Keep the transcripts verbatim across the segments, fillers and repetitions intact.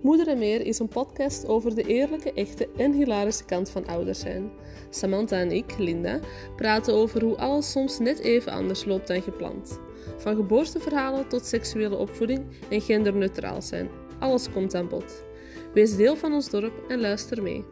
Moeder en Meer is een podcast over de eerlijke, echte en hilarische kant van ouders zijn. Samantha en ik, Linda, praten over hoe alles soms net even anders loopt dan gepland. Van geboorteverhalen tot seksuele opvoeding en genderneutraal zijn. Alles komt aan bod. Wees deel van ons dorp en luister mee.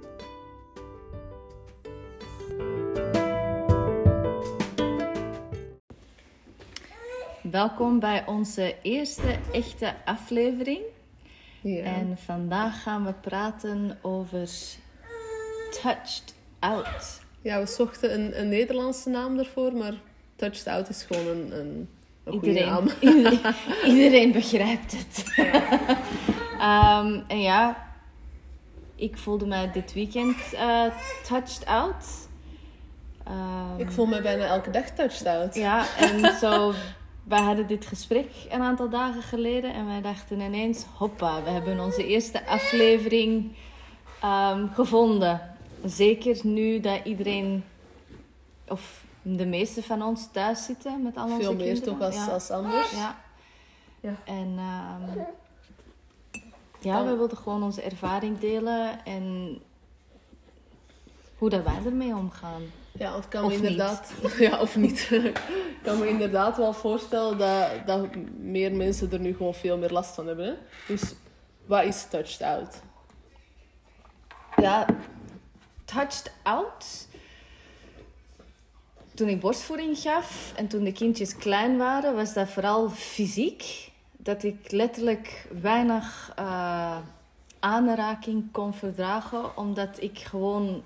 Welkom bij onze eerste echte aflevering. Ja. En vandaag gaan we praten over Touched Out. Ja, we zochten een, een Nederlandse naam ervoor, maar Touched Out is gewoon een, een, een goede Iedereen, naam. iedereen, iedereen begrijpt het. um, en ja, ik voelde mij dit weekend uh, touched out. Um, Ik voel me bijna elke dag touched out. Ja, en zo... Wij hadden dit gesprek een aantal dagen geleden en wij dachten ineens, hoppa, we hebben onze eerste aflevering um, gevonden. Zeker nu dat iedereen, of de meeste van ons thuis zitten met al onze Veel kinderen. meer toch als, ja. als anders. Ja. Ja. En um, ja, we wilden gewoon onze ervaring delen en hoe dat wij ermee omgaan. Ja, want ik kan me Of inderdaad... Ja, of niet. Ik kan me inderdaad wel voorstellen dat, dat meer mensen er nu gewoon veel meer last van hebben. Hè? Dus wat is touched out? Ja, touched out. Toen ik borstvoeding gaf en toen de kindjes klein waren, was dat vooral fysiek. Dat ik letterlijk weinig uh, aanraking kon verdragen, omdat ik gewoon...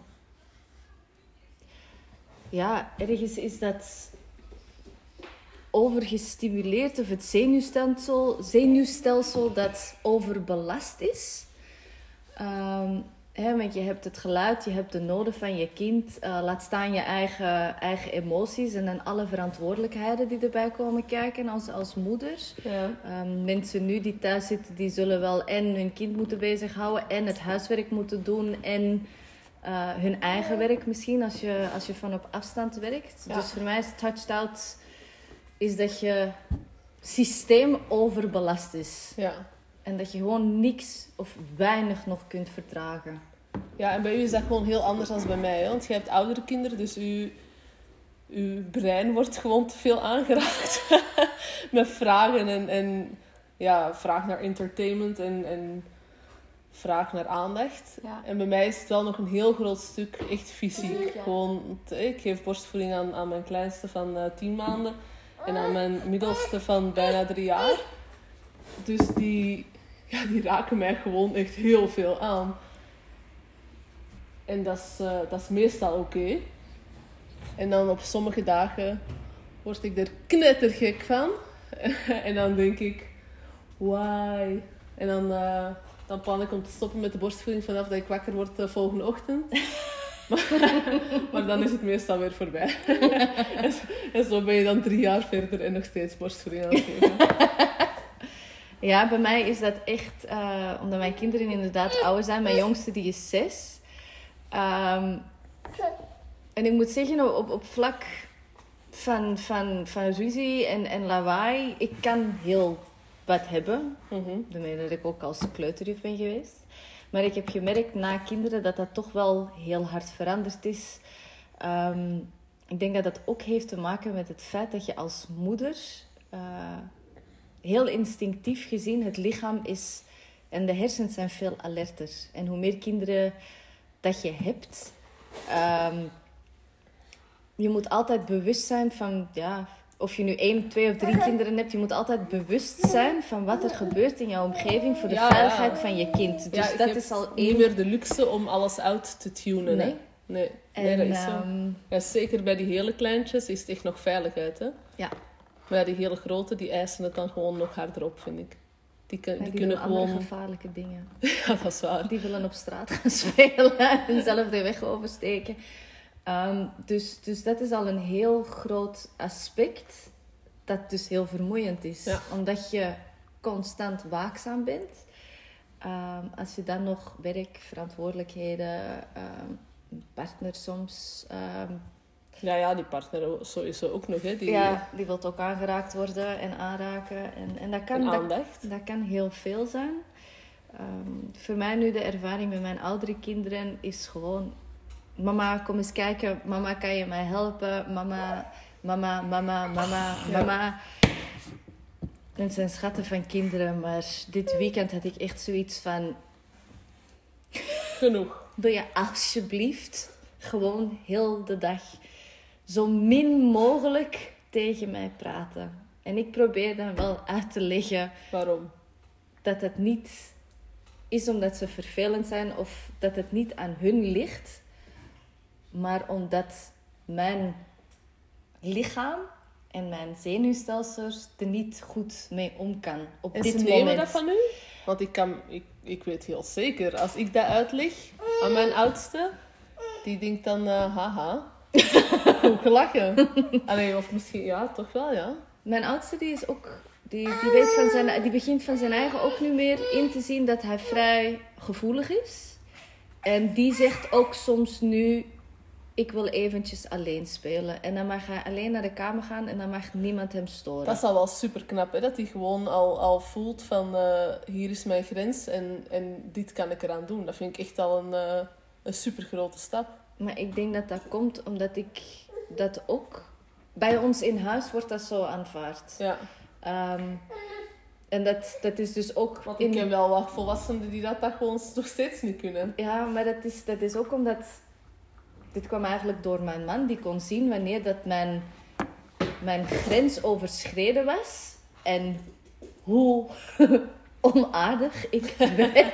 Ja, ergens is dat overgestimuleerd of het zenuwstelsel, zenuwstelsel dat overbelast is. Um, hè, want je hebt het geluid, je hebt de noden van je kind. Uh, laat staan je eigen, eigen emoties en dan alle verantwoordelijkheden die erbij komen kijken als, als moeder. Ja. Um, mensen nu die thuis zitten, die zullen wel en hun kind moeten bezighouden en het huiswerk moeten doen en... Uh, hun eigen werk misschien, als je, als je van op afstand werkt. Ja. Dus voor mij is touched out is dat je systeem overbelast is. Ja. En dat je gewoon niks of weinig nog kunt verdragen. Ja, en bij u is dat gewoon heel anders dan bij mij. Hè? Want je hebt oudere kinderen, dus uw, uw brein wordt gewoon te veel aangeraakt. Met vragen en, en ja, vraag naar entertainment en... en vraag naar aandacht. Ja. En bij mij is het wel nog een heel groot stuk echt fysiek. Fysiek, ja. Gewoon, ik geef borstvoeding aan, aan mijn kleinste van uh, tien maanden. En aan mijn middelste van bijna drie jaar. Dus die, ja, die raken mij gewoon echt heel veel aan. En dat is, uh, dat is meestal oké. Okay. En dan op sommige dagen word ik er knettergek van. En dan denk ik, why? En dan... Uh, Dan plan ik om te stoppen met de borstvoeding vanaf dat ik wakker word de volgende ochtend. maar, maar dan is het meestal weer voorbij. en, en zo ben je dan drie jaar verder en nog steeds borstvoeding aan het geven. Ja, bij mij is dat echt... Uh, omdat mijn kinderen inderdaad ouder zijn. Mijn jongste die is zes. Um, en ik moet zeggen, op, op vlak van, van, van ruzie en, en lawaai... Ik kan heel... wat hebben. Mm-hmm. Daarmee dat ik ook als kleuterjuf ben geweest. Maar ik heb gemerkt na kinderen dat dat toch wel heel hard veranderd is. Um, ik denk dat dat ook heeft te maken met het feit dat je als moeder... Uh, heel instinctief gezien, het lichaam is... En de hersens zijn veel alerter. En hoe meer kinderen dat je hebt... Um, je moet altijd bewust zijn van... ja. Of je nu één, twee of drie kinderen hebt, je moet altijd bewust zijn van wat er gebeurt in jouw omgeving voor de ja, veiligheid ja. van je kind. Dus ja, dat is al één... niet meer de luxe om alles uit te tunen. Nee. Hè? Nee, En, nee, dat is zo. um... Ja, zeker bij die hele kleintjes is het echt nog veiligheid. Hè? Ja. Maar ja, die hele grote, die eisen het dan gewoon nog harder op, vind ik. Die, kun, Ja, die, die kunnen doen andere gewoon... gevaarlijke dingen. Ja, dat is waar. Die willen op straat gaan spelen en zelf de weg oversteken. Um, dus, dus dat is al een heel groot aspect... dat dus heel vermoeiend is. Ja. Omdat je constant waakzaam bent. Um, als je dan nog werk, verantwoordelijkheden, um, partner soms... Um, ja, ja, die partner sowieso ook nog. Hè? Die, ja, die wil ook aangeraakt worden en aanraken. En, en dat kan, en dat, aandacht. dat kan heel veel zijn. Um, voor mij nu de ervaring met mijn oudere kinderen is gewoon... Mama, kom eens kijken. Mama, kan je mij helpen? Mama, mama, mama, mama, Ja. mama. Het zijn schatten van kinderen, maar dit weekend had ik echt zoiets van... Genoeg. Wil je alsjeblieft gewoon heel de dag zo min mogelijk tegen mij praten? En ik probeer dan wel uit te leggen Waarom? dat het niet is omdat ze vervelend zijn of dat het niet aan hun ligt, maar omdat mijn lichaam en mijn zenuwstelsel er niet goed mee om kan op En dit ze moment. nemen dat van u? Want ik, kan, ik, ik weet heel zeker, als ik dat uitleg aan mijn oudste, die denkt dan, uh, haha, goed gelachen. Allee, of misschien, ja, toch wel, ja. Mijn oudste die is ook, die, die, weet van zijn, die begint van zijn eigen ook nu meer in te zien dat hij vrij gevoelig is. En die zegt ook soms nu, ik wil eventjes alleen spelen. En dan mag hij alleen naar de kamer gaan en dan mag niemand hem storen. Dat is al wel super knap, hè? Dat hij gewoon al, al voelt van, uh, hier is mijn grens en, en dit kan ik eraan doen. Dat vind ik echt al een, uh, een super grote stap. Maar ik denk dat dat komt omdat ik dat ook... Bij ons in huis wordt dat zo aanvaard. Ja. Um, en dat, dat is dus ook... Want in... ik ken wel wat volwassenen die dat, dat gewoon nog steeds niet kunnen. Ja, maar dat is, dat is ook omdat... Dit kwam eigenlijk door mijn man. Die kon zien wanneer dat mijn, mijn grens overschreden was. En hoe onaardig ik werd.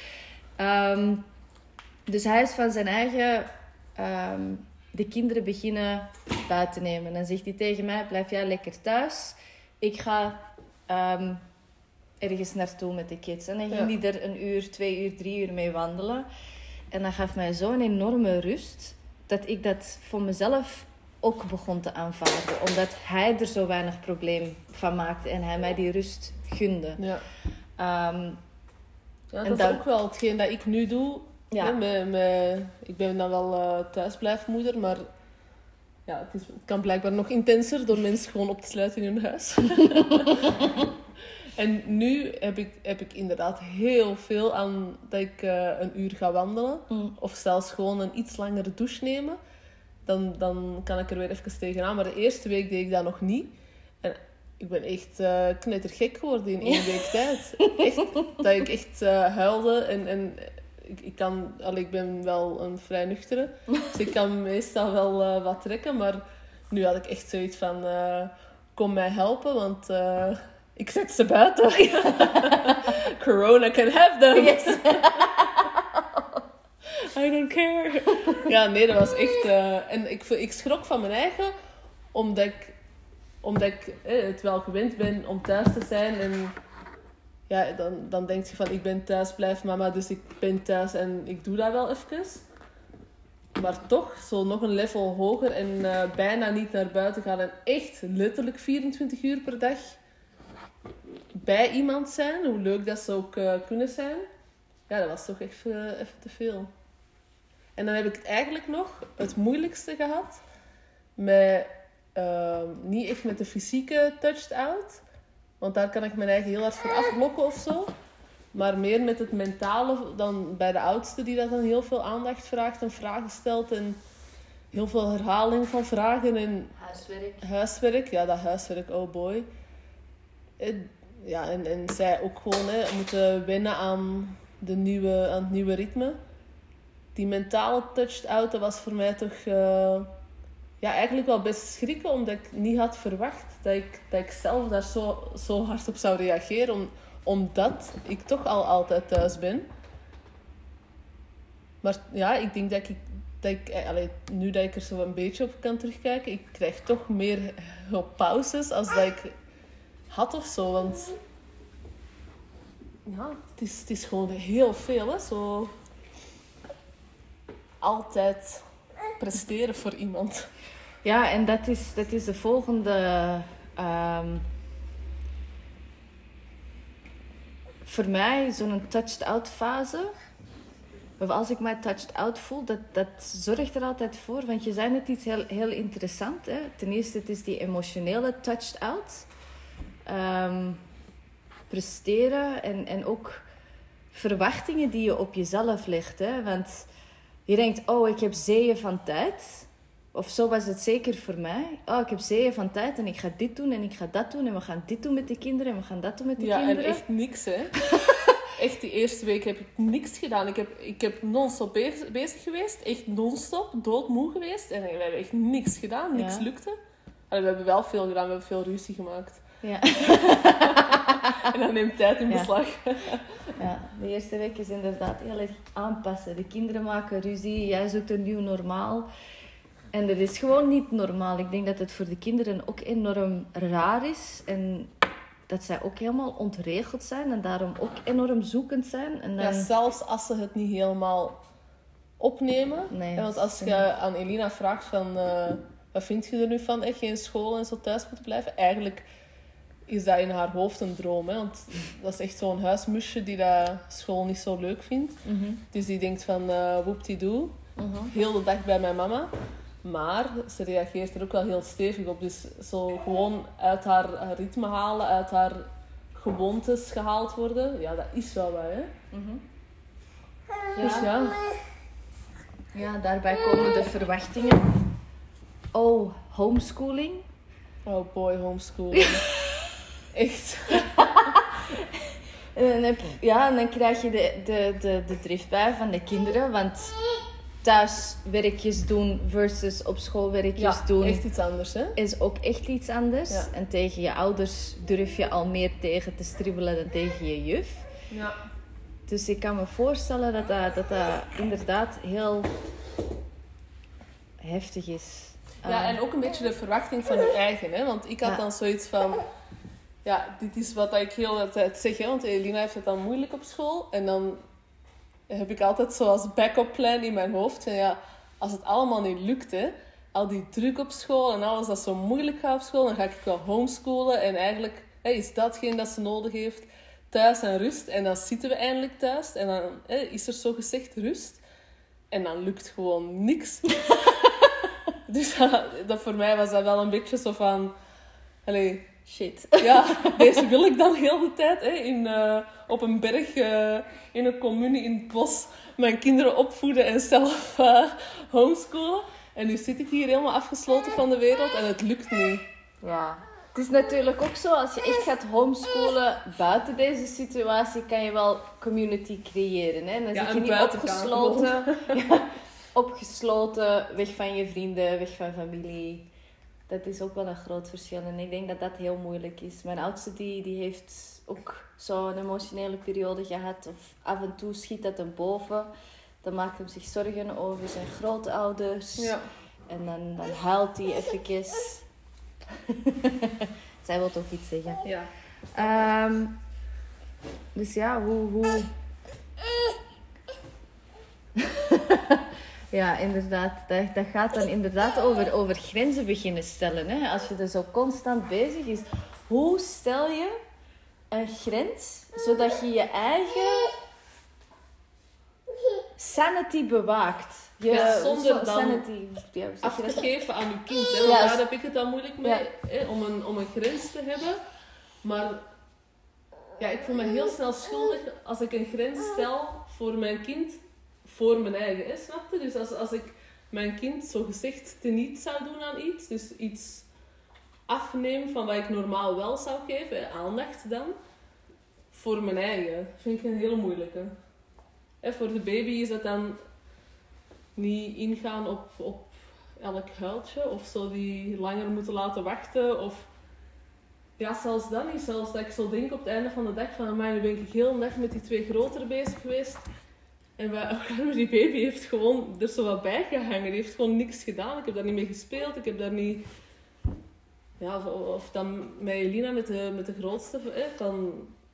Um, dus hij is van zijn eigen... Um, de kinderen beginnen buiten te nemen. Dan zegt hij tegen mij, blijf jij lekker thuis. Ik ga um, ergens naartoe met de kids. En dan ging hij ja. er een uur, twee uur, drie uur mee wandelen. En dat gaf mij zo'n enorme rust... dat ik dat voor mezelf ook begon te aanvaarden. Omdat hij er zo weinig probleem van maakte. En hij mij die rust gunde. Ja. Um, ja dat is dan... ook wel hetgeen dat ik nu doe... Ja. Ja, met, met, ik ben dan wel uh, thuisblijfmoeder, maar ja, het, is, het kan blijkbaar nog intenser door mensen gewoon op te sluiten in hun huis. En nu heb ik, heb ik inderdaad heel veel aan dat ik uh, een uur ga wandelen. Mm. Of zelfs gewoon een iets langere douche nemen. Dan, dan kan ik er weer even tegenaan. Maar de eerste week deed ik dat nog niet. En ik ben echt uh, knettergek geworden in één week tijd. Echt, dat ik echt uh, huilde en... en Ik, ik, kan, allee, ik ben wel een vrij nuchtere, dus ik kan meestal wel uh, wat trekken. Maar nu had ik echt zoiets van, uh, kom mij helpen, want uh, ik zet ze buiten. Corona can have them. Yes. I don't care. Ja, nee, dat was echt... Uh, en ik, ik schrok van mijn eigen, omdat ik, omdat ik eh, het wel gewend ben om thuis te zijn en... Ja, dan, dan denk je van, ik ben thuis, blijf mama, dus ik ben thuis en ik doe dat wel even. Maar toch, zo nog een level hoger en uh, bijna niet naar buiten gaan. En echt letterlijk vierentwintig uur per dag bij iemand zijn. Hoe leuk dat zou ook uh, kunnen zijn. Ja, dat was toch echt uh, even te veel. En dan heb ik het eigenlijk nog het moeilijkste gehad. Met, uh, niet echt met de fysieke touched-out. Want daar kan ik mijn eigen heel hard voor afblokken of zo. Maar meer met het mentale dan bij de oudste die dat dan heel veel aandacht vraagt en vragen stelt. En heel veel herhaling van vragen en... Huiswerk. Huiswerk, ja, dat huiswerk, oh boy. En, ja, en, en zij ook gewoon hè, moeten wennen aan, de nieuwe, aan het nieuwe ritme. Die mentale touched-out, dat was voor mij toch... Uh, ja, eigenlijk wel best schrikken, omdat ik niet had verwacht dat ik, dat ik zelf daar zo, zo hard op zou reageren. Om, omdat ik toch al altijd thuis ben. Maar ja, ik denk dat ik, dat ik allee, nu dat ik er zo een beetje op kan terugkijken, ik krijg toch meer pauzes als dat ik had of zo. Want ja, het is, het is gewoon heel veel, hè. Zo altijd presteren voor iemand. Ja, en dat is, dat is de volgende... Um, voor mij zo'n touched-out fase. Of als ik mij touched-out voel, dat, dat zorgt er altijd voor. Want je zei net iets heel, heel interessant. Hè? Ten eerste, het is die emotionele touched-out. Um, presteren en, en ook verwachtingen die je op jezelf legt. Hè? Want je denkt, oh, ik heb zeeën van tijd. Of zo was het zeker voor mij. Oh, ik heb zeeën van tijd en ik ga dit doen en ik ga dat doen. En we gaan dit doen met de kinderen en we gaan dat doen met de ja, kinderen. Ja, en echt niks, hè. Echt, die eerste week heb ik niks gedaan. Ik heb, ik heb non-stop bezig, bezig geweest. Echt non-stop, doodmoe geweest. En we hebben echt niks gedaan. Niks ja. lukte. Allee, we hebben wel veel gedaan. We hebben veel ruzie gemaakt. Ja. En dat neemt tijd in beslag. Ja. Ja, de eerste week is inderdaad heel erg aanpassen. De kinderen maken ruzie. Jij zoekt een nieuw normaal. En dat is gewoon niet normaal. Ik denk dat het voor de kinderen ook enorm raar is. En dat zij ook helemaal ontregeld zijn. En daarom ook enorm zoekend zijn. En dan... Ja, zelfs als ze het niet helemaal opnemen. Nee, en want als je aan Elina vraagt van... Uh, wat vind je er nu van? Echt geen school en zo thuis moeten blijven? Eigenlijk is dat in haar hoofd een droom. Hè? Want dat is echt zo'n huismusje die dat school niet zo leuk vindt. Mm-hmm. Dus die denkt van... Uh, woeptie-doe. Mm-hmm. Heel de dag bij mijn mama. Maar ze reageert er ook wel heel stevig op. Dus zo gewoon uit haar ritme halen, uit haar gewoontes gehaald worden. Ja, dat is wel wat, hè. Mm-hmm. Ja. Dus ja. Ja, daarbij komen de verwachtingen. Oh, homeschooling. Oh boy, homeschooling. Echt. En dan heb, ja, en dan krijg je de, de, de, de driftbui van de kinderen. Want... thuis werkjes doen versus op school werkjes ja, doen. Echt iets anders, hè? Is ook echt iets anders. Ja. En tegen je ouders durf je al meer tegen te stribbelen dan tegen je juf. Ja. Dus ik kan me voorstellen dat dat, dat, dat inderdaad heel heftig is. Ja, uh, en ook een beetje de verwachting van je eigen, hè? Want ik had ja. dan zoiets van... Ja, dit is wat ik heel de tijd zeg, hè? Want Elina heeft het dan moeilijk op school. En dan... heb ik altijd zo als backup plan in mijn hoofd. En ja, als het allemaal niet lukt, hè, al die druk op school en alles dat zo moeilijk gaat op school, dan ga ik wel homeschoolen. En eigenlijk hè, is datgene dat ze nodig heeft. Thuis en rust. En dan zitten we eindelijk thuis. En dan hè, is er zo gezegd rust. En dan lukt gewoon niks. Dus dat, dat voor mij was dat wel een beetje zo van... Allez, shit. Ja, deze wil ik dan heel de tijd hè, in, uh, op een berg, uh, in een commune in het bos, mijn kinderen opvoeden en zelf uh, homeschoolen. En nu zit ik hier helemaal afgesloten van de wereld en het lukt niet. Ja. Het is natuurlijk ook zo, als je echt gaat homeschoolen buiten deze situatie, kan je wel community creëren. Hè? Dan ja, zit je niet opgesloten, ja, opgesloten, weg van je vrienden, weg van familie. Dat is ook wel een groot verschil. En ik denk dat dat heel moeilijk is. Mijn oudste die, die heeft ook zo'n emotionele periode gehad. Of af en toe schiet dat hem boven. Dan maakt hij zich zorgen over zijn grootouders. Ja. En dan, dan huilt hij eventjes. Zij wil ook iets zeggen. Ja. Um, dus ja, hoe... hoe... Ja, inderdaad. Dat, dat gaat dan inderdaad over, over grenzen beginnen stellen. Hè? Als je er zo constant bezig is. Hoe stel je een grens, zodat je je eigen sanity bewaakt? Je, ja, zonder dan sanity, ja, af te geven aan je kind. Hè? Want ja, daar heb ik het dan moeilijk mee, ja. hè? Om, een, om een grens te hebben. Maar ja, ik voel me heel snel schuldig als ik een grens stel voor mijn kind... voor mijn eigen, hè, snap je? Dus als, als ik mijn kind zogezegd teniet zou doen aan iets, dus iets afneem van wat ik normaal wel zou geven, hè, aandacht dan, voor mijn eigen, vind ik een hele moeilijke. Hè, voor de baby is dat dan niet ingaan op, op elk huiltje, of zo die langer moeten laten wachten, of ja, zelfs dan niet. Zelfs dat ik zo denk op het einde van de dag van, amai, nu ben ik heel de dag met die twee grotere bezig geweest. En die baby heeft gewoon er zo wat bij gehangen. Die heeft gewoon niks gedaan. Ik heb daar niet mee gespeeld. Ik heb daar niet... Ja, of, of dan met Elina, met de, met de grootste. Eh, van...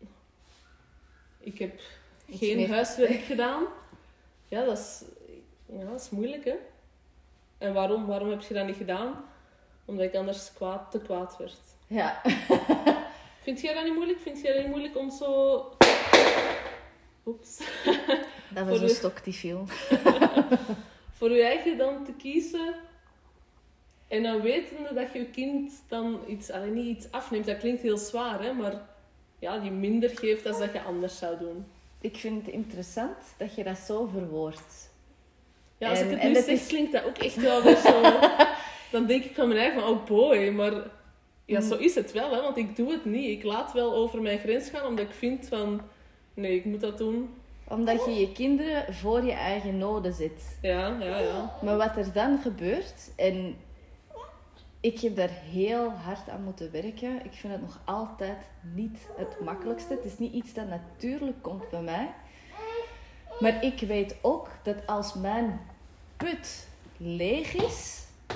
Ik heb Iets geen meer. huiswerk gedaan. Ja, dat is, ja, dat is moeilijk, hè. En waarom? Waarom heb je dat niet gedaan? Omdat ik anders kwaad, te kwaad werd. Ja. Vind jij dat niet moeilijk? Vind jij dat niet moeilijk om zo... Oeps. Dat was een je... stok die viel. Voor je eigen dan te kiezen. En dan wetende dat je je kind dan iets, alleen niet iets afneemt. Dat klinkt heel zwaar, hè. Maar ja, die minder geeft dan dat je anders zou doen. ik vind het interessant dat je dat zo verwoordt. Ja, als En- ik het en nu dat zeg, is- klinkt dat ook echt wel weer zo... Dan denk ik van mijn eigen van, oh boy, maar... Ja, Mm. zo is het wel, hè. Want ik doe het niet. Ik laat wel over mijn grens gaan, omdat ik vind van... Nee, ik moet dat doen. Omdat je je kinderen voor je eigen noden zet. Ja, ja, ja. Maar wat er dan gebeurt, en ik heb daar heel hard aan moeten werken. Ik vind het nog altijd niet het makkelijkste. Het is niet iets dat natuurlijk komt bij mij. Maar ik weet ook dat als mijn put leeg is,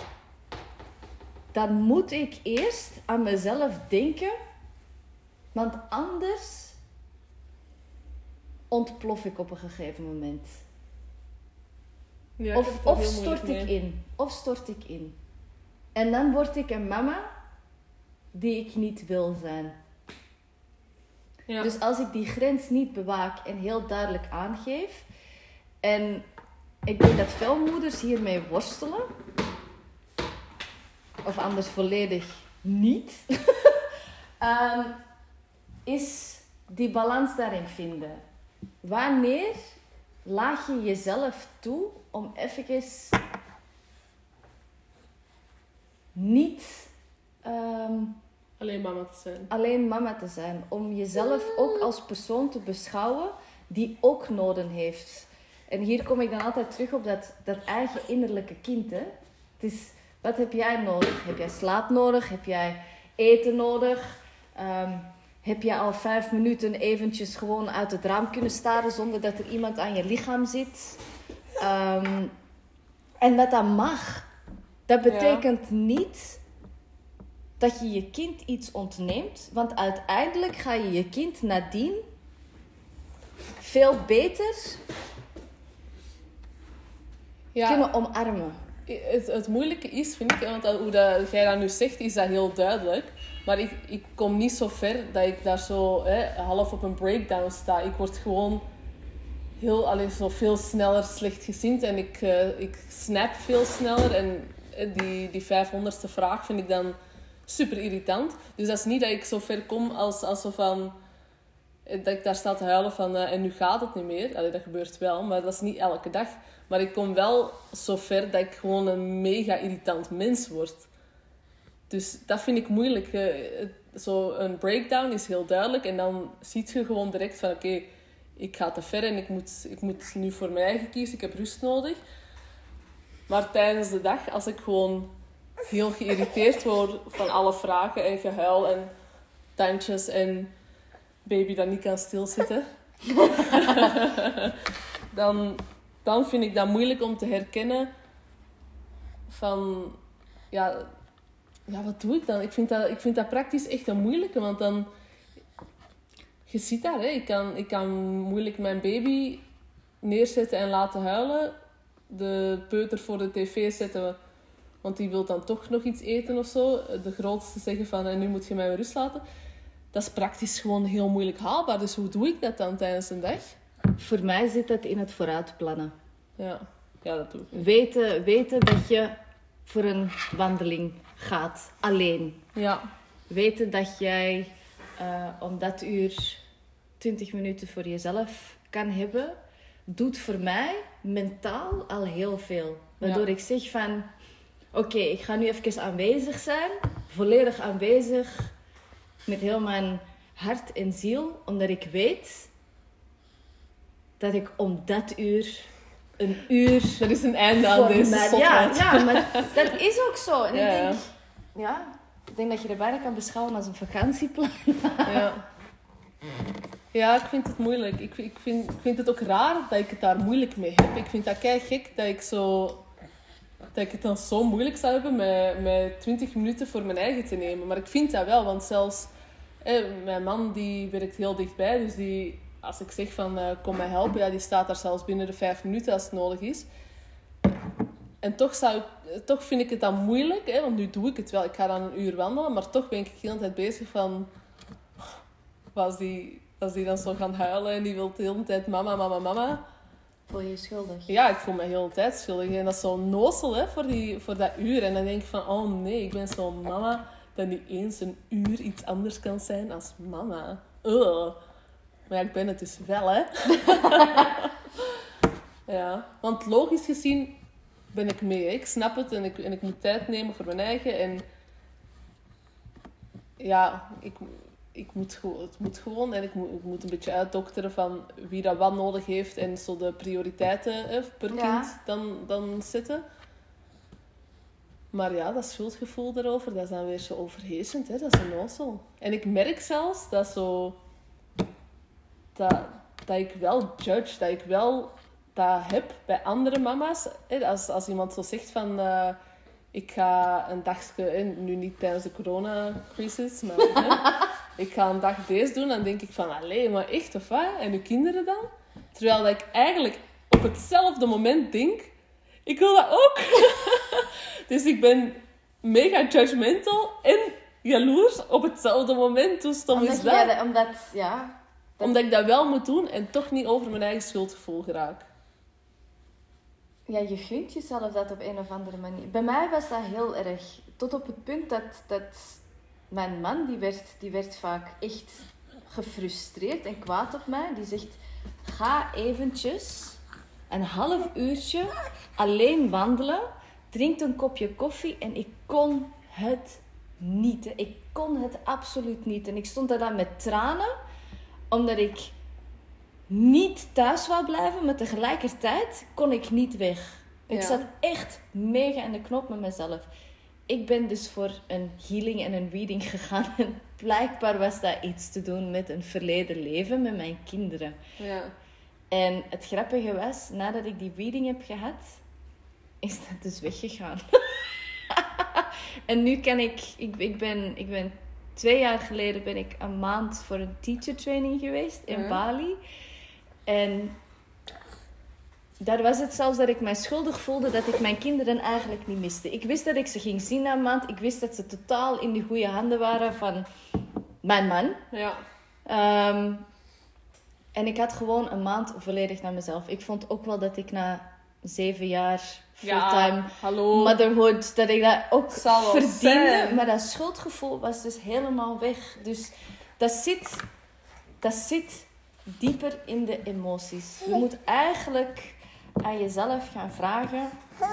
dan moet ik eerst aan mezelf denken. Want anders ontplof ik op een gegeven moment. Ja, ik heb Of, het daar of heel moeilijk stort ik mee. in. Of stort ik in. En dan word ik een mama die ik niet wil zijn. Ja. Dus als ik die grens niet bewaak en heel duidelijk aangeef. En ik denk dat veel moeders hiermee worstelen. Of anders volledig niet. Ehm, is die balans daarin vinden. Wanneer laat je jezelf toe om even niet ehm, Alleen mama te zijn. alleen mama te zijn. Om jezelf ook als persoon te beschouwen die ook noden heeft. En hier kom ik dan altijd terug op dat, dat eigen innerlijke kind. Hè? Het is, wat heb jij nodig? Heb jij slaap nodig? Heb jij eten nodig? Ehm, heb jij al vijf minuten eventjes gewoon uit het raam kunnen staren zonder dat er iemand aan je lichaam zit? Ehm, en dat dat mag. Dat betekent niet dat je je kind iets ontneemt. Want uiteindelijk ga je je kind nadien veel beter Ja, kunnen omarmen. het, het moeilijke is, vind ik, want dat- hoe dat, jij dat nu zegt, is dat heel duidelijk. Maar ik, ik kom niet zo ver dat ik daar zo hè, half op een breakdown sta. Ik word gewoon heel, allee, zo veel sneller slechtgezind en ik, eh, ik snap veel sneller. En eh, die, die vijfhonderdste vraag vind ik dan super irritant. Dus dat is niet dat ik zo ver kom als, als zo van... eh, dat ik daar sta te huilen van eh, en nu gaat het niet meer. Allee, dat gebeurt wel, maar dat is niet elke dag. Maar ik kom wel zo ver dat ik gewoon een mega irritant mens word. Dus dat vind ik moeilijk. Eh, het- Zo een breakdown is heel duidelijk. En dan zie je gewoon direct van... Oké, ik ga te ver en ik moet, ik moet nu voor mijn eigen kiezen. Ik heb rust nodig. Maar tijdens de dag, als ik gewoon heel geïrriteerd word van alle vragen en gehuil en tandjes en baby dat niet kan stilzitten... dan, dan vind ik dat moeilijk om te herkennen van... Ja, ja, wat doe ik dan? Ik vind dat, ik vind dat praktisch echt een moeilijke, want dan... Je ziet dat, hè. Ik kan, ik kan moeilijk mijn baby neerzetten en laten huilen. De peuter voor de tv zetten, want die wil dan toch nog iets eten of zo. De grootste zeggen van, en nu moet je mij met rust laten. Dat is praktisch gewoon heel moeilijk haalbaar. Dus hoe doe ik dat dan tijdens een dag? Voor mij zit dat in het vooruitplannen. Ja, ja dat doe ik. Weten, weten dat je voor een wandeling gaat, alleen. Ja, Weten dat jij eh, om dat uur twintig minuten voor jezelf kan hebben, doet voor mij mentaal al heel veel. Waardoor Ja. ik zeg van, oké, ik ga nu even aanwezig zijn, volledig aanwezig, met heel mijn hart en ziel, omdat ik weet dat ik om dat uur, een uur... er is een einde aan voor deze mij- zotheid. ja, ja, maar dat is ook zo. En Ja, ik ja. denk, ja, ik denk dat je er bijna kan beschouwen als een vakantieplan. Ja. Ja, ik vind het moeilijk. Ik, ik, vind, ik vind het ook raar dat ik het daar moeilijk mee heb. Ik vind dat kei gek dat ik zo... Dat ik het dan zo moeilijk zou hebben met, met twintig minuten voor mijn eigen te nemen. Maar ik vind dat wel, want zelfs... Eh, mijn man die werkt heel dichtbij, dus die... Als ik zeg van, eh, kom mij helpen, ja, die staat daar zelfs binnen de vijf minuten als het nodig is. En toch, zou ik, toch vind ik het dan moeilijk, hè, want nu doe ik het wel. Ik ga dan een uur wandelen, maar toch ben ik de hele tijd bezig van... Als die, als die dan zo gaan huilen en die wil de hele tijd mama, mama, mama. Voel je je schuldig? Ja, ik voel me de hele tijd schuldig. En dat is zo nozel hè, voor, die, voor dat uur. En dan denk ik van, oh nee, ik ben zo'n mama dat niet eens een uur iets anders kan zijn als mama. Ugh. Maar ja, ik ben het dus wel, hè. Ja, want logisch gezien ben ik mee. Hè. Ik snap het en ik, en ik moet tijd nemen voor mijn eigen. En ja, ik, ik moet, gewoon, het moet gewoon. En ik moet, ik moet een beetje uitdokteren van wie dat wat nodig heeft. En zo de prioriteiten hè, per Ja. kind dan, dan zetten. Maar ja, dat schuldgevoel daarover, dat is dan weer zo overheersend. Hè? Dat is een onnozel. En ik merk zelfs dat zo... Dat, dat ik wel judge, dat ik wel dat heb bij andere mama's. Hè? Als, als iemand zo zegt van... Uh, ik ga een dagje... Hè? Nu niet tijdens de coronacrisis, maar... hè? Ik ga een dag deze doen, dan denk ik van... Allee, maar echt of wat? En uw kinderen dan? Terwijl dat ik eigenlijk op hetzelfde moment denk... Ik wil dat ook. Dus ik ben mega judgmental en jaloers op hetzelfde moment. Hoe stom Omdat is je- dat? ja, dat- omdat, ja... dat- Omdat ik dat wel moet doen en toch niet over mijn eigen schuldgevoel geraak. Ja, je gunt jezelf dat op een of andere manier. Bij mij was dat heel erg. Tot op het punt dat, dat mijn man, die werd, die werd vaak echt gefrustreerd en kwaad op mij. Die zegt, ga eventjes een half uurtje alleen wandelen. Drink een kopje koffie. En ik kon het niet. hè. Ik kon het absoluut niet. En ik stond daar dan met tranen. Omdat ik niet thuis wou blijven, maar tegelijkertijd kon ik niet weg. Ik Ja. zat echt mega in de knop met mezelf. Ik ben dus voor een healing en een reading gegaan. En blijkbaar was dat iets te doen met een verleden leven met mijn kinderen. Ja. En het grappige was, nadat ik die reading heb gehad, is dat dus weggegaan. En nu kan ik... Ik, ik, ben, ik ben... Twee jaar geleden ben ik een maand voor een teacher training geweest in Ja. Bali. En daar was het zelfs dat ik mij schuldig voelde dat ik mijn kinderen eigenlijk niet miste. Ik wist dat ik ze ging zien na een maand. Ik wist dat ze totaal in de goede handen waren van mijn man. Ja. Ehm, en ik had gewoon een maand volledig naar mezelf. Ik vond ook wel dat ik na zeven jaar fulltime Ja, hallo. motherhood, dat ik dat ook Zal wel verdiende. zijn. Maar dat schuldgevoel was dus helemaal weg. Dus dat zit, dat zit dieper in de emoties. Je moet eigenlijk aan jezelf gaan vragen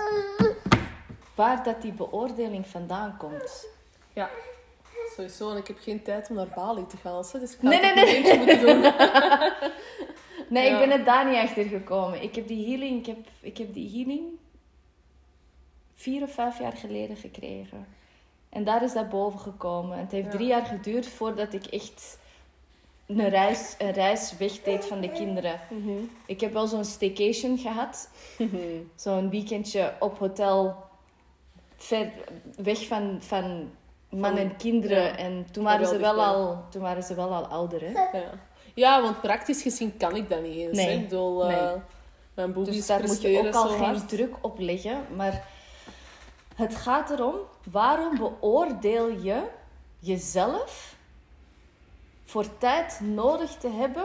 waar dat die beoordeling vandaan komt. Ja. Sowieso. En ik heb geen tijd om naar Bali te gaan. Dus ik ga Nee, het nee, op nee. een eentje moeten doen. Nee, Ja. ik ben er daar niet achter gekomen. Ik heb die healing, ik heb, ik heb die healing vier of vijf jaar geleden gekregen. En daar is dat boven gekomen. En het heeft Ja. drie jaar geduurd voordat ik echt een reis, een reis wegdeed van de kinderen. Mhm. Ik heb wel zo'n staycation gehad. Zo'n weekendje op hotel, ver weg van, van man Van- en kinderen. ja. En toen waren, ze Geweldig, wel ja. al, toen waren ze wel al ouder, hè. Ja. Ja, want praktisch gezien kan ik dat niet eens. Nee. Hè. Ik bedoel, eh, Nee. mijn boobies Dus daar moet je presteren ook al zo geen hard. druk op leggen. Maar het gaat erom, waarom beoordeel je jezelf voor tijd nodig te hebben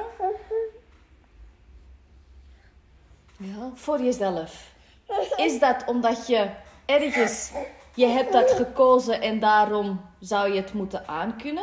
Ja. voor jezelf? Is dat omdat je ergens, je hebt dat gekozen en daarom zou je het moeten aankunnen?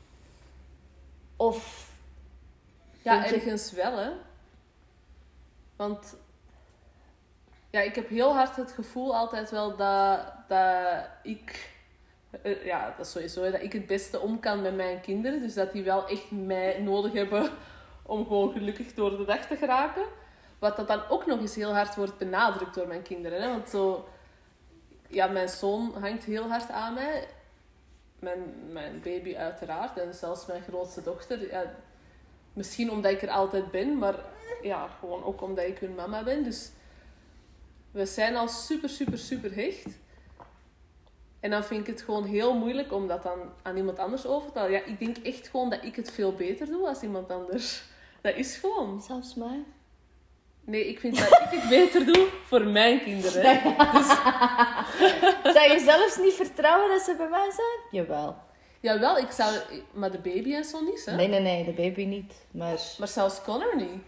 Of Ja, Vind je- ergens wel, hè. Want... Ja, ik heb heel hard het gevoel altijd wel dat, dat ik... eh, Ja, dat is sowieso, hè, dat ik het beste om kan met mijn kinderen. Dus dat die wel echt mij nodig hebben om gewoon gelukkig door de dag te geraken. Wat dat dan ook nog eens heel hard wordt benadrukt door mijn kinderen. Hè. Want zo... Ja, mijn zoon hangt heel hard aan mij. Mijn, mijn baby uiteraard. En zelfs mijn grootste dochter. Ja, misschien omdat ik er altijd ben, maar ja, gewoon ook omdat ik hun mama ben. Dus we zijn al super, super, super hecht. En dan vind ik het gewoon heel moeilijk om dat dan aan iemand anders over te halen. Ja, ik denk echt gewoon dat ik het veel beter doe als iemand anders. Dat is gewoon. zelfs mij? Nee, ik vind dat ik het beter doe voor mijn kinderen. Dus Zou je zelfs niet vertrouwen dat ze bij mij zijn? Jawel. jawel, ik zou... Maar de baby en zo niet, hè. Nee, nee, nee, de baby niet. Maar Maar zelfs Connor niet.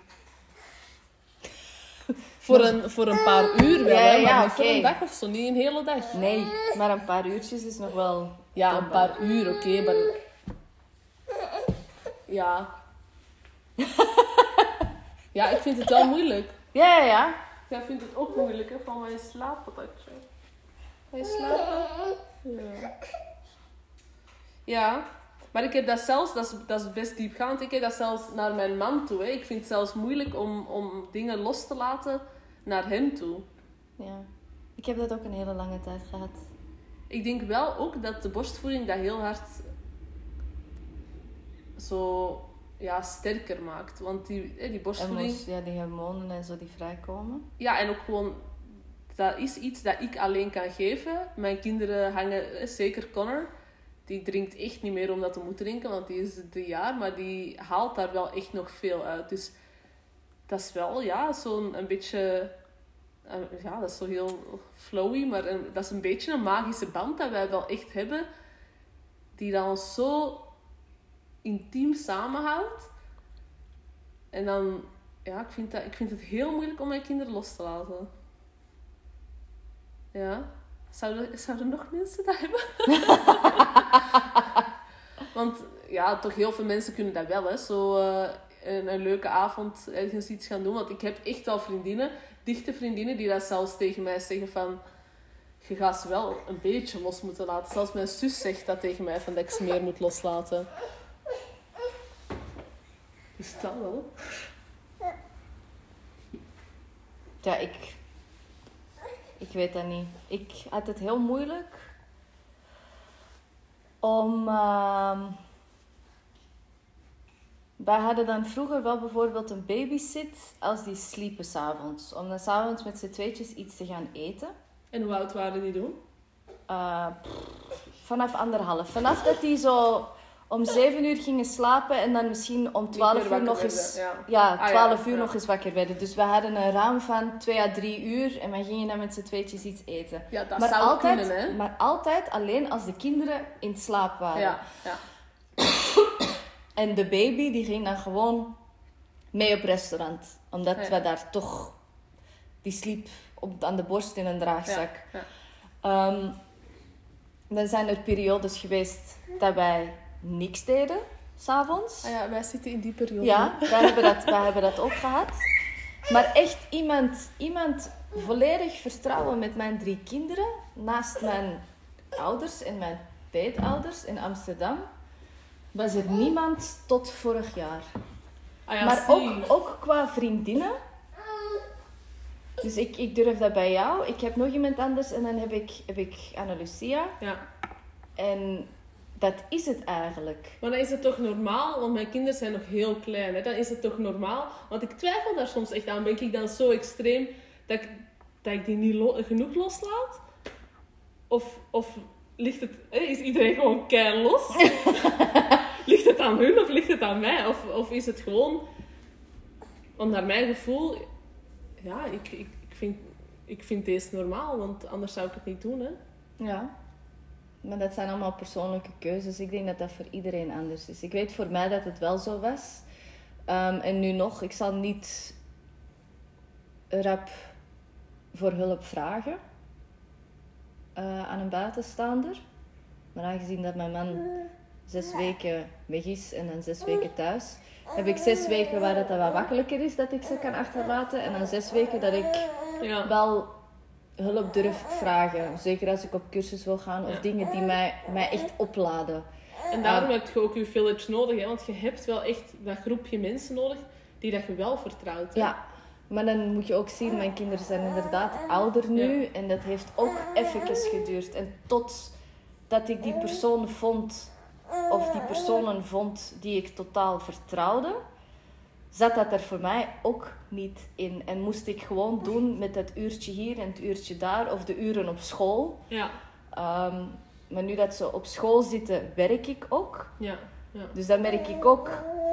Voor een, voor een paar uur wel, Ja, hè, ja, maar ja, niet voor oké. een dag of zo. Niet een hele dag. nee, maar een paar uurtjes is nog wel... Ja, een toonbaar. paar uur, oké, maar... Ja. Ja, ik vind het wel moeilijk. Ja, ja, ja. Jij vindt het ook moeilijk, hè? Van mijn slaappatatje. Ga je slapen? Ja. Ja, maar ik heb dat zelfs, dat is, dat is best diepgaand, ik heb dat zelfs naar mijn man toe. Hè. Ik vind het zelfs moeilijk om, om dingen los te laten naar hem toe. Ja. Ik heb dat ook een hele lange tijd gehad. Ik denk wel ook dat de borstvoeding dat heel hard zo ja, sterker maakt. Want die, die borstvoeding... En ja, die hormonen en zo die vrijkomen. Ja, en ook gewoon... Dat is iets dat ik alleen kan geven. Mijn kinderen hangen... Zeker Connor. Die drinkt echt niet meer omdat hij moet drinken. Want die is drie jaar. Maar die haalt daar wel echt nog veel uit. Dus dat is wel, ja, zo'n een beetje... Ja, dat is zo heel flowy. Maar een, dat is een beetje een magische band dat wij wel echt hebben. Die dan zo intiem samenhoudt. En dan... Ja, ik vind, dat, ik vind het heel moeilijk om mijn kinderen los te laten. Ja. Zouden, zouden nog mensen dat hebben? Want ja, toch heel veel mensen kunnen dat wel. Hè. Zo uh, een, een leuke avond ergens iets gaan doen. Want ik heb echt wel vriendinnen, dichte vriendinnen, die dat zelfs tegen mij zeggen van... Je gaat ze wel een beetje los moeten laten. Zelfs mijn zus zegt dat tegen mij, van dat ik ze meer moet loslaten. Is dat wel? Ja, ik... Ik weet dat niet. Ik had het heel moeilijk om... Uh... Wij hadden dan vroeger wel bijvoorbeeld een babysit als die sliepen 's avonds. Om dan 's avonds met z'n tweetjes iets te gaan eten. En hoe oud waren die toen? Uh, pff, vanaf anderhalf. Vanaf dat die zo om zeven uur gingen slapen en dan misschien om twaalf uur nog eens... Ja, ja twaalf ah, uur ja. nog eens wakker werden. Dus we hadden een raam van twee à drie uur en wij gingen dan met z'n tweetjes iets eten. Ja, dat maar zou altijd, kunnen, hè? Maar altijd alleen als de kinderen in slaap waren. Ja, ja. En de baby die ging dan gewoon mee op restaurant. Omdat Ja. we daar toch... Die sliep op, aan de borst in een draagzak. Ja, ja. Um, dan zijn er periodes geweest dat wij niks deden, 's avonds. Ah ja, wij zitten in die periode. Ja, wij hebben dat, wij hebben dat ook gehad. Maar echt iemand, iemand volledig vertrouwen met mijn drie kinderen, naast mijn ouders en mijn peetouders in Amsterdam, was er niemand tot vorig jaar. Ah ja, Maar zie. ook, ook qua vriendinnen. Dus ik, ik durf dat bij jou. Ik heb nog iemand anders en dan heb ik, heb ik Anna Lucia. Ja. En dat is het eigenlijk. Maar dan is het toch normaal, want mijn kinderen zijn nog heel klein. Hè? Dan is het toch normaal. Want ik twijfel daar soms echt aan. Ben ik dan zo extreem dat ik, dat ik die niet lo- genoeg loslaat? Of, of ligt het, hè? Is iedereen gewoon kei los? Ligt het aan hun of ligt het aan mij? Of, of is het gewoon... Want naar mijn gevoel... Ja, ik, ik, ik, vind, ik vind deze normaal, want anders zou ik het niet doen. Hè? Ja. Maar dat zijn allemaal persoonlijke keuzes. Ik denk dat dat voor iedereen anders is. Ik weet voor mij dat het wel zo was. Um, en nu nog, ik zal niet rap voor hulp vragen uh, aan een buitenstaander. Maar aangezien dat mijn man zes weken weg is en dan zes weken thuis, heb ik zes weken waar het dan wat makkelijker is dat ik ze kan achterlaten. En dan zes weken dat ik Ja. wel hulp durf vragen. Zeker als ik op cursus wil gaan of Ja. dingen die mij, mij echt opladen. En daarom heb je ook je village nodig. Hè? Want je hebt wel echt dat groepje mensen nodig die dat je wel vertrouwt. Hè? Ja, maar dan moet je ook zien, mijn kinderen zijn inderdaad ouder nu. Ja. En dat heeft ook even geduurd. En tot dat ik die persoon vond, of die personen vond die ik totaal vertrouwde, zat dat er voor mij ook niet in. En moest ik gewoon doen met dat uurtje hier en het uurtje daar, of de uren op school. Ja. Um, maar nu dat ze op school zitten, werk ik ook. Ja. Ja. Dus dan merk ik ook...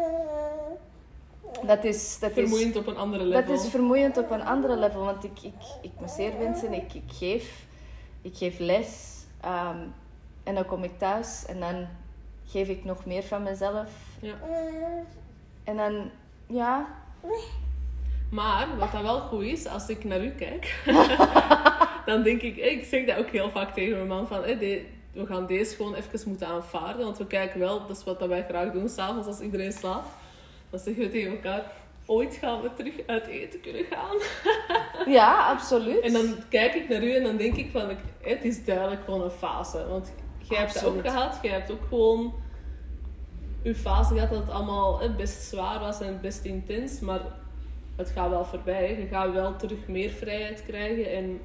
Dat is... Dat Vermoeiend is, op een andere level. Dat is vermoeiend op een andere level. Want ik, ik, ik masseer mensen, ik, ik, geef, ik geef les. Um, en dan kom ik thuis en dan geef ik nog meer van mezelf. Ja. En dan... Ja... Maar, wat dan wel goed is, als ik naar u kijk, dan denk ik, ik zeg dat ook heel vaak tegen mijn man, van, hey, de, we gaan deze gewoon even moeten aanvaarden, want we kijken wel, dat is wat wij graag doen, s'avonds als iedereen slaapt. dan zeggen we tegen elkaar, ooit gaan we terug uit eten kunnen gaan. Ja, absoluut. En dan kijk ik naar u en dan denk ik van, het is duidelijk gewoon een fase. Want jij hebt het ook gehad, jij hebt ook gewoon uw fase gehad dat het allemaal hè, best zwaar was en best intens. Maar het gaat wel voorbij. Je gaat wel terug meer vrijheid krijgen. En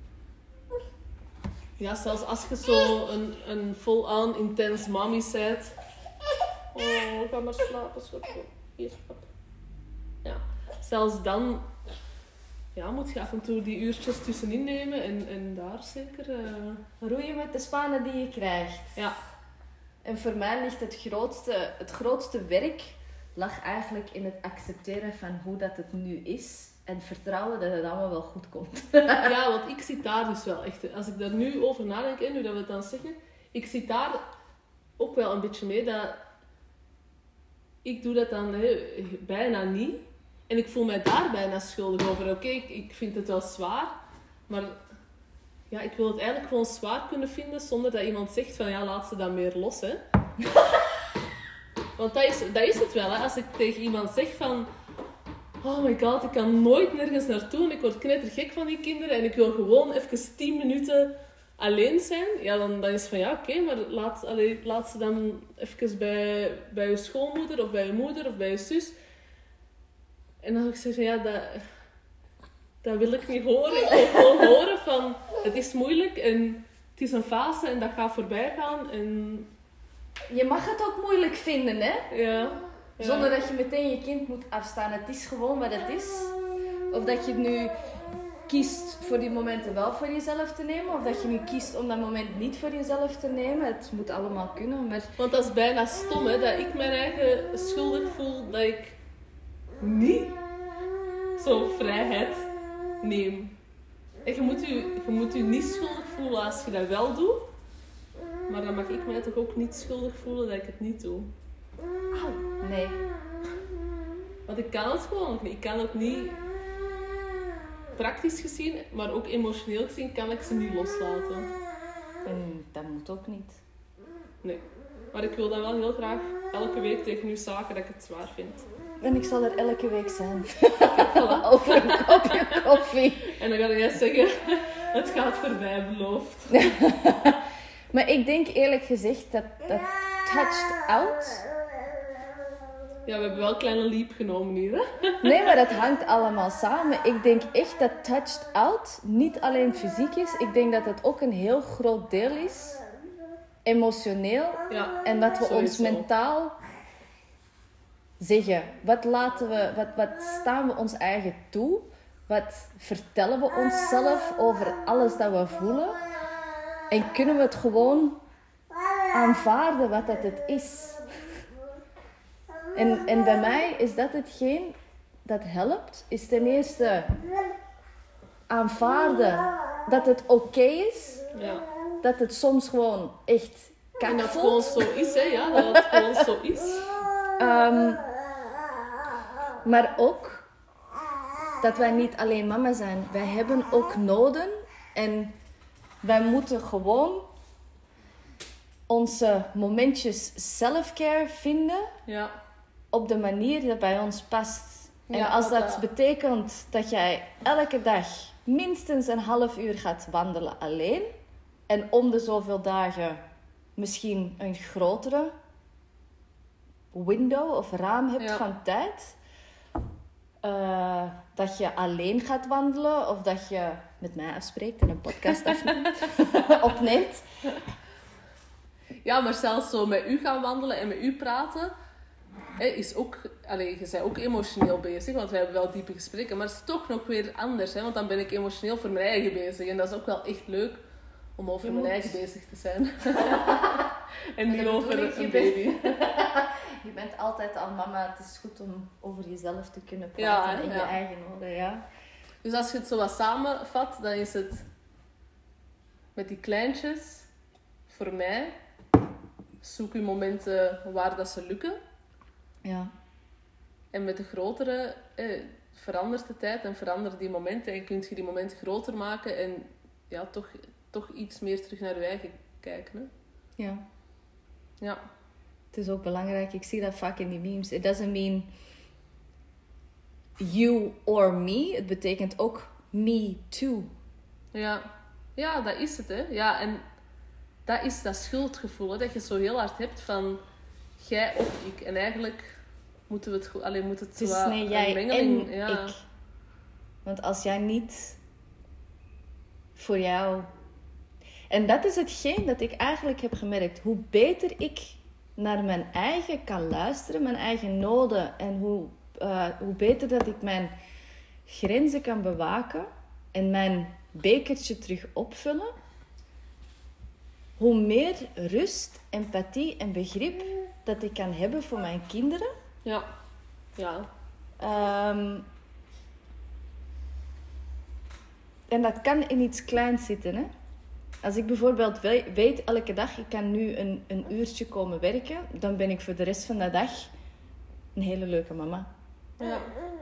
ja, zelfs als je zo een, een vol-aan intens mommy bent. Oh, ga maar slapen, schatje. Hier, pap. Ja, zelfs dan ja, moet je af en toe die uurtjes tussenin nemen en, en daar zeker... Uh... Roeien met de spanen die je krijgt. Ja. En voor mij ligt het grootste, het grootste werk lag eigenlijk in het accepteren van hoe dat het nu is. En vertrouwen dat het allemaal wel goed komt. Ja, want ik zit daar dus wel echt... Als ik daar nu over nadenk, en nu dat we het dan zeggen... Ik zit daar ook wel een beetje mee dat... Ik doe dat dan he, bijna niet. En ik voel mij daar bijna schuldig over. Oké, okay, ik, ik vind het wel zwaar. Maar ja, ik wil het eigenlijk gewoon zwaar kunnen vinden zonder dat iemand zegt van ja, laat ze dan meer los. Hè. Want dat is, dat is het wel. Hè. Als ik tegen iemand zeg van... Oh my god, ik kan nooit nergens naartoe en ik word knettergek van die kinderen en ik wil gewoon even tien minuten alleen zijn. Ja, dan, dan is het van ja, oké, okay, maar laat, allee, laat ze dan even bij, bij je schoonmoeder of bij je moeder of bij je zus. En dan heb ik gezegd van ja, dat, dat wil ik niet horen. Ik wil gewoon horen van het is moeilijk en het is een fase en dat gaat voorbij gaan. En... Je mag het ook moeilijk vinden, hè? Ja. Ja. Zonder dat je meteen je kind moet afstaan. Het is gewoon wat het is. Of dat je nu kiest voor die momenten wel voor jezelf te nemen. Of dat je nu kiest om dat moment niet voor jezelf te nemen. Het moet allemaal kunnen. Maar... Want dat is bijna stom, hè. Dat ik mijn eigen schuldig voel dat ik niet zo'n vrijheid neem. En je moet, je, je moet je niet schuldig voelen als je dat wel doet. Maar dan mag ik mij toch ook niet schuldig voelen dat ik het niet doe. Auw, nee. Want ik kan het gewoon niet. Ik kan het niet... Praktisch gezien, maar ook emotioneel gezien, kan ik ze niet loslaten. En dat moet ook niet. Nee. Maar ik wil dan wel heel graag elke week tegen u zaken dat ik het zwaar vind. En ik zal er elke week zijn. Over een kopje koffie. En dan ga jij zeggen, het gaat voorbij, beloofd. Maar ik denk eerlijk gezegd dat dat touched out... Ja, we hebben wel een kleine leap genomen hier, hè? Nee, maar dat hangt allemaal samen. Ik denk echt dat touched out niet alleen fysiek is. Ik denk dat het ook een heel groot deel is. Emotioneel. Ja, en dat we sowieso. ons mentaal zeggen. Wat, laten we, wat, wat staan we ons eigen toe? Wat vertellen we onszelf over alles dat we voelen? En kunnen we het gewoon aanvaarden wat dat het is? En, en bij mij is dat hetgeen dat helpt. Is ten eerste aanvaarden dat het oké okay is. Ja. Dat het soms gewoon echt kak En dat het voelt. gewoon zo is, hè? Ja, dat het gewoon zo is. Um, maar ook dat wij niet alleen mama zijn. Wij hebben ook noden. En wij moeten gewoon onze momentjes self-care vinden. Ja. Op de manier dat bij ons past. En Ja, als dat dat... betekent dat jij elke dag minstens een half uur gaat wandelen alleen. En om de zoveel dagen misschien een grotere window of raam hebt ja. van tijd. Uh, dat je alleen gaat wandelen. Of dat je met mij afspreekt en een podcast opneemt. Ja, maar zelfs zo met u gaan wandelen en met u praten... Hè, is ook... Allee, je bent ook emotioneel bezig, want we hebben wel diepe gesprekken. Maar het is toch nog weer anders, hè, want dan ben ik emotioneel voor mijn eigen bezig. En dat is ook wel echt leuk om over je mijn moet. eigen bezig te zijn. En niet dat over ik, een je baby. Bent, je bent altijd al mama. Het is goed om over jezelf te kunnen praten Ja, en ja. je eigen noden, ja. Dus als je het zo wat samenvat, dan is het met die kleintjes, voor mij, zoek je momenten waar dat ze lukken. Ja. En met de grotere, eh, verandert de tijd en veranderen die momenten. En kun je die momenten groter maken en ja, toch, toch iets meer terug naar je eigen kijken. Hè? Ja. Ja. Het is ook belangrijk. Ik zie dat vaak in die memes. It doesn't mean you or me. Het betekent ook me too. Ja. Ja, dat is het, hè. Ja, en dat is dat schuldgevoel, hè, dat je zo heel hard hebt van jij of ik. En eigenlijk moeten we het goed... Alleen moet het zo... Het is nee, jij mengeling, en ja. ik. Want als jij niet voor jou... En dat is hetgeen dat ik eigenlijk heb gemerkt. Hoe beter ik naar mijn eigen kan luisteren, mijn eigen noden, en hoe, uh, hoe beter dat ik mijn grenzen kan bewaken en mijn bekertje terug opvullen, hoe meer rust, empathie en begrip dat ik kan hebben voor mijn kinderen. Ja. Ja. Um, en dat kan in iets kleins zitten, hè. Als ik bijvoorbeeld weet, elke dag, ik kan nu een, een uurtje komen werken, dan ben ik voor de rest van de dag een hele leuke mama. Ja.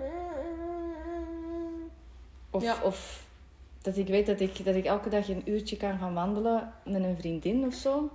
Of, ja. of dat ik weet dat ik, dat ik elke dag een uurtje kan gaan wandelen met een vriendin of zo.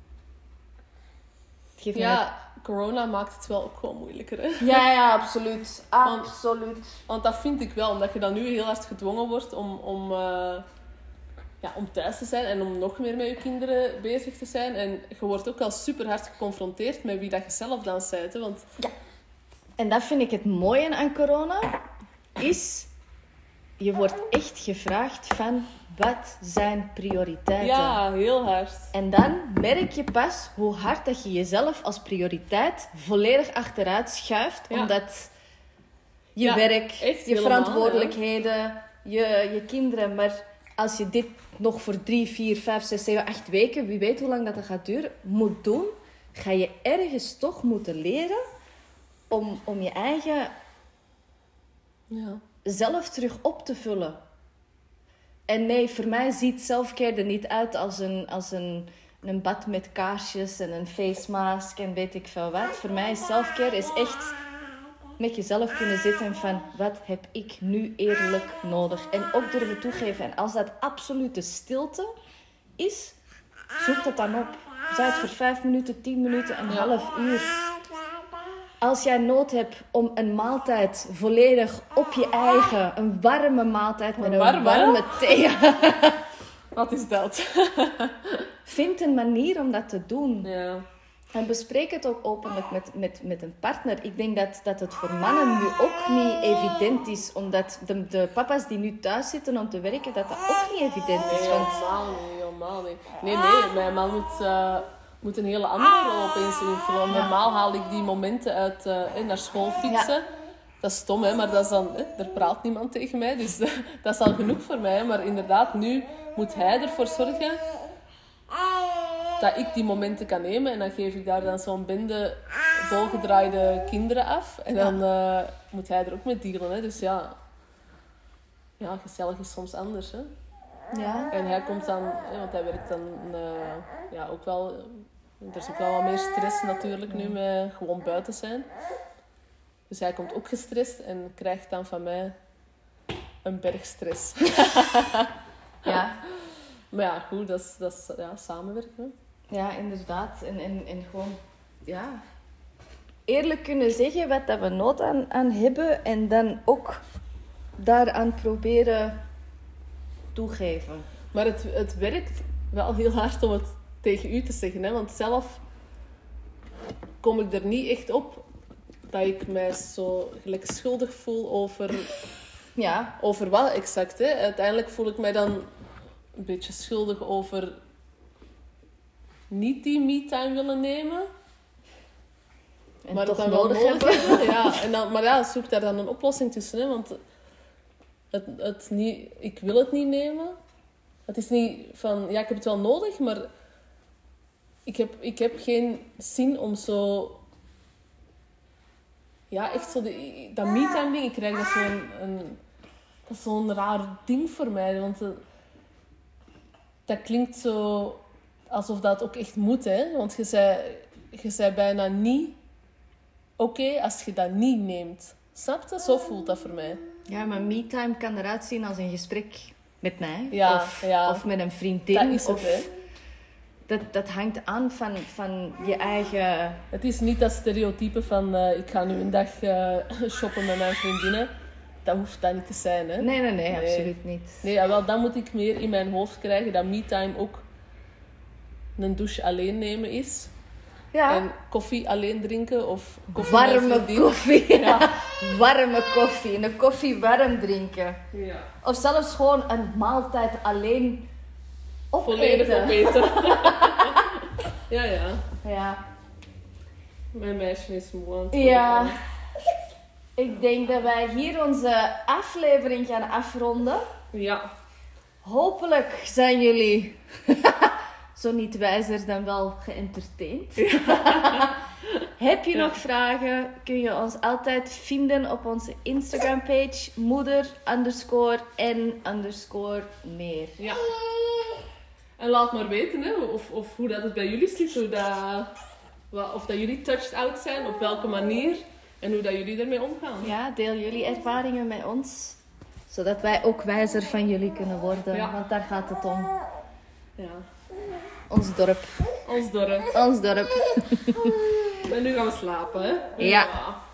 Het ja, net... corona maakt het wel ook gewoon moeilijker, hè? Ja, ja, absoluut. Absoluut. Want, want dat vind ik wel, omdat je dan nu heel hard gedwongen wordt om... om uh... Ja, om thuis te zijn en om nog meer met je kinderen bezig te zijn. En je wordt ook al super hard geconfronteerd met wie dat je zelf dan bent. Hè? Want... Ja. En dat vind ik het mooie aan corona. Is, je wordt echt gevraagd van, wat zijn prioriteiten? Ja, heel hard. En dan merk je pas hoe hard dat je jezelf als prioriteit volledig achteruit schuift. Ja. Omdat je ja, werk, je helemaal, verantwoordelijkheden, ja. je, je kinderen... Maar als je dit nog voor drie, vier, vijf, zes, zeven, acht weken, wie weet hoe lang dat, dat gaat duren, moet doen, ga je ergens toch moeten leren om, om je eigen ja. zelf terug op te vullen. En nee, voor mij ziet selfcare er niet uit als een, als een, een bad met kaarsjes en een face mask en weet ik veel wat. Voor mij is selfcare is echt met jezelf kunnen zitten van, wat heb ik nu eerlijk nodig? En ook durven toegeven. En als dat absolute stilte is, zoek dat dan op. Zij het voor vijf minuten, tien minuten, een ja. half uur. Als jij nood hebt om een maaltijd volledig op je eigen, een warme maaltijd met een warme, warme thee. Wat is dat? Vind een manier om dat te doen. Ja. En bespreek het ook openlijk met, met, met een partner. Ik denk dat, dat het voor mannen nu ook niet evident is. Omdat de, de papa's die nu thuis zitten om te werken, dat dat ook niet evident is. Nee, want... helemaal niet, helemaal niet. Nee, nee, mijn man moet, uh, moet een hele andere rol opeens invullen. Normaal haal ik die momenten uit uh, naar school fietsen. Ja. Dat is stom, hè, maar dat is dan, hè, er praat niemand tegen mij. Dus uh, dat is al genoeg voor mij. Maar inderdaad, nu moet hij ervoor zorgen dat ik die momenten kan nemen. En dan geef ik daar dan zo'n bende dolgedraaide kinderen af. En dan uh, moet hij er ook mee dealen. Hè. Dus ja, ja, gezellig is soms anders. Hè. Ja. En hij komt dan, hè, want hij werkt dan uh, ja, ook wel... Er is ook wel wat meer stress natuurlijk nu met gewoon buiten zijn. Dus hij komt ook gestrest en krijgt dan van mij een berg stress. Ja. Maar ja, goed, dat is, dat is ja, samenwerken. Ja, inderdaad. En, en, en gewoon, ja, eerlijk kunnen zeggen wat dat we nood aan, aan hebben. En dan ook daaraan proberen toegeven. Maar het, het werkt wel heel hard om het tegen u te zeggen. Hè? Want zelf kom ik er niet echt op dat ik mij zo gelijk schuldig voel over, ja. over wat exact. Hè? Uiteindelijk voel ik mij dan een beetje schuldig over niet die me-time willen nemen. En maar toch het dan nodig wel nodig hebben. hebben. Ja, en dan, maar ja, zoek daar dan een oplossing tussen. Hè? Want het, het niet, ik wil het niet nemen. Het is niet van, ja, ik heb het wel nodig, maar ik heb, ik heb geen zin om zo... Ja, echt zo de, dat me-time ding. Ik krijg dat zo'n een, dat is zo'n raar ding voor mij. Want dat, dat klinkt zo alsof dat ook echt moet, hè. Want je zei, je zei bijna niet oké okay, als je dat niet neemt. Snap je? Zo voelt dat voor mij. Ja, maar me-time kan eruit zien als een gesprek met mij. Ja, of, ja. of met een vriendin. Dat is het, of, hè. Dat, dat hangt aan van, van je eigen... Het is niet dat stereotype van uh, ik ga nu een dag uh, shoppen met mijn vriendinnen. dat hoeft dat niet te zijn, hè. Nee, nee, nee, Nee. absoluut niet. Nee, ja, wel, dan moet ik meer in mijn hoofd krijgen dat me-time ook een douche alleen nemen is. Ja, En koffie alleen drinken of koffie met warme vriendin. koffie. Ja. Warme koffie. Een koffie warm drinken. Ja. Of zelfs gewoon een maaltijd alleen Volledig opeten. opeten. Ja, ja. Ja. Mijn meisje is moe aan het Ja. worden. Ik denk dat wij hier onze aflevering gaan afronden. Ja. Hopelijk zijn jullie zo niet wijzer dan wel geëntertained. Heb je Ja. nog vragen? Kun je ons altijd vinden op onze Instagram page moeder underscore en underscore meer. Ja. En laat maar weten hè, of, of hoe dat het bij jullie zit. Hoe dat, wat- of dat jullie touched out zijn, op welke manier. En hoe dat jullie ermee omgaan. Ja, deel jullie ervaringen met ons. Zodat wij ook wijzer van jullie kunnen worden. Ja. Want daar gaat het om. Ja. Ons dorp. Ons dorp. Ons dorp. En nu gaan we slapen, hè? Ja.